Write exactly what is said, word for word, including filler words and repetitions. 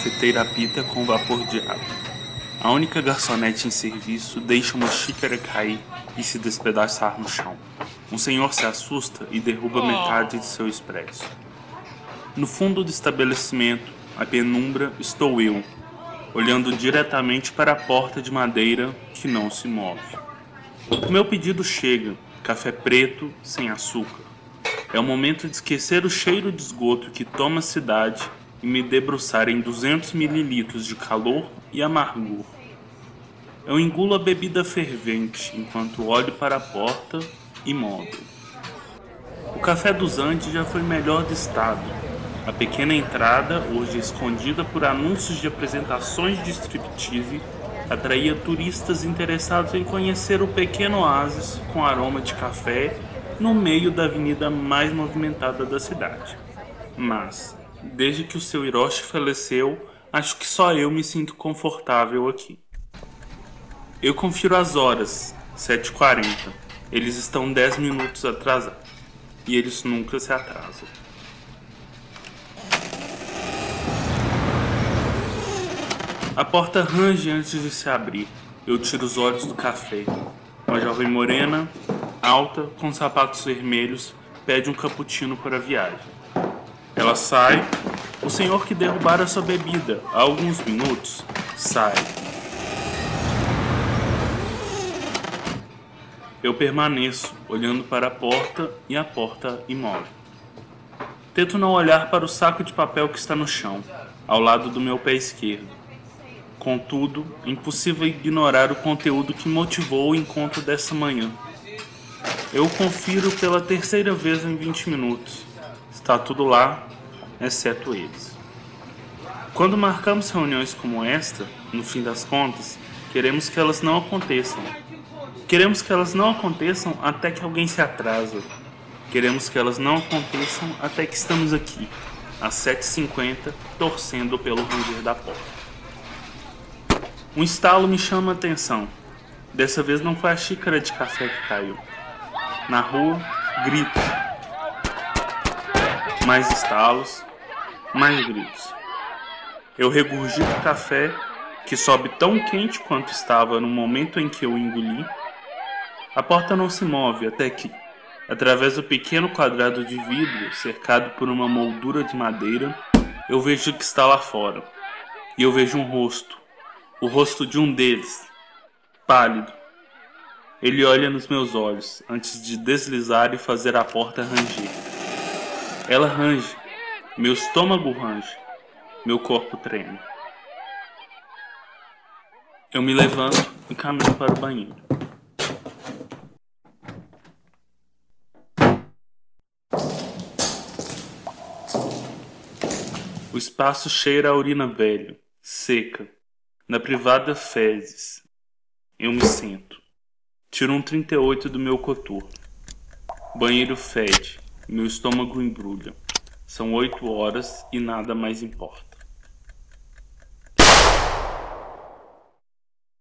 cafeteira apita com vapor de água. A única garçonete em serviço deixa uma xícara cair e se despedaçar no chão. Um senhor se assusta e derruba metade de seu expresso. No fundo do estabelecimento, a penumbra, estou eu, olhando diretamente para a porta de madeira que não se move. O meu pedido chega, café preto, sem açúcar. É o momento de esquecer o cheiro de esgoto que toma a cidade e me debruçar em duzentos mililitros de calor e amargor. Eu engulo a bebida fervente enquanto olho para a porta, imóvel. O café dos Andes já foi melhor de estado. A pequena entrada, hoje escondida por anúncios de apresentações de striptease, atraía turistas interessados em conhecer o pequeno oásis com aroma de café no meio da avenida mais movimentada da cidade. Mas, desde que o seu Hiroshi faleceu, acho que só eu me sinto confortável aqui. Eu confiro as horas, sete e quarenta. Eles estão dez minutos atrasados. E eles nunca se atrasam. A porta range antes de se abrir. Eu tiro os olhos do café. Uma jovem morena, alta, com sapatos vermelhos, pede um cappuccino para a viagem. Ela sai. O senhor que derrubara sua bebida há alguns minutos sai. Eu permaneço, olhando para a porta e a porta imóvel. Tento não olhar para o saco de papel que está no chão, ao lado do meu pé esquerdo. Contudo, é impossível ignorar o conteúdo que motivou o encontro dessa manhã. Eu o confiro pela terceira vez em vinte minutos. Está tudo lá, exceto eles. Quando marcamos reuniões como esta, no fim das contas, queremos que elas não aconteçam. Queremos que elas não aconteçam até que alguém se atrasa. Queremos que elas não aconteçam até que estamos aqui, às sete e cinquenta, torcendo pelo ranger da porta. Um estalo me chama a atenção. Dessa vez não foi a xícara de café que caiu. Na rua, gritos. Mais estalos, mais gritos. Eu regurgito o café, que sobe tão quente quanto estava no momento em que eu engoli. A porta não se move até que, através do pequeno quadrado de vidro cercado por uma moldura de madeira, eu vejo que está lá fora. E eu vejo um rosto. O rosto de um deles, pálido. Ele olha nos meus olhos antes de deslizar e fazer a porta ranger. Ela range, meu estômago range, meu corpo treme. Eu me levanto e caminho para o banheiro. O espaço cheira a urina velha, seca. Na privada fezes. Eu me sento. Tiro um trinta e oito do meu coturno. Banheiro fede. Meu estômago embrulha. São oito horas e nada mais importa.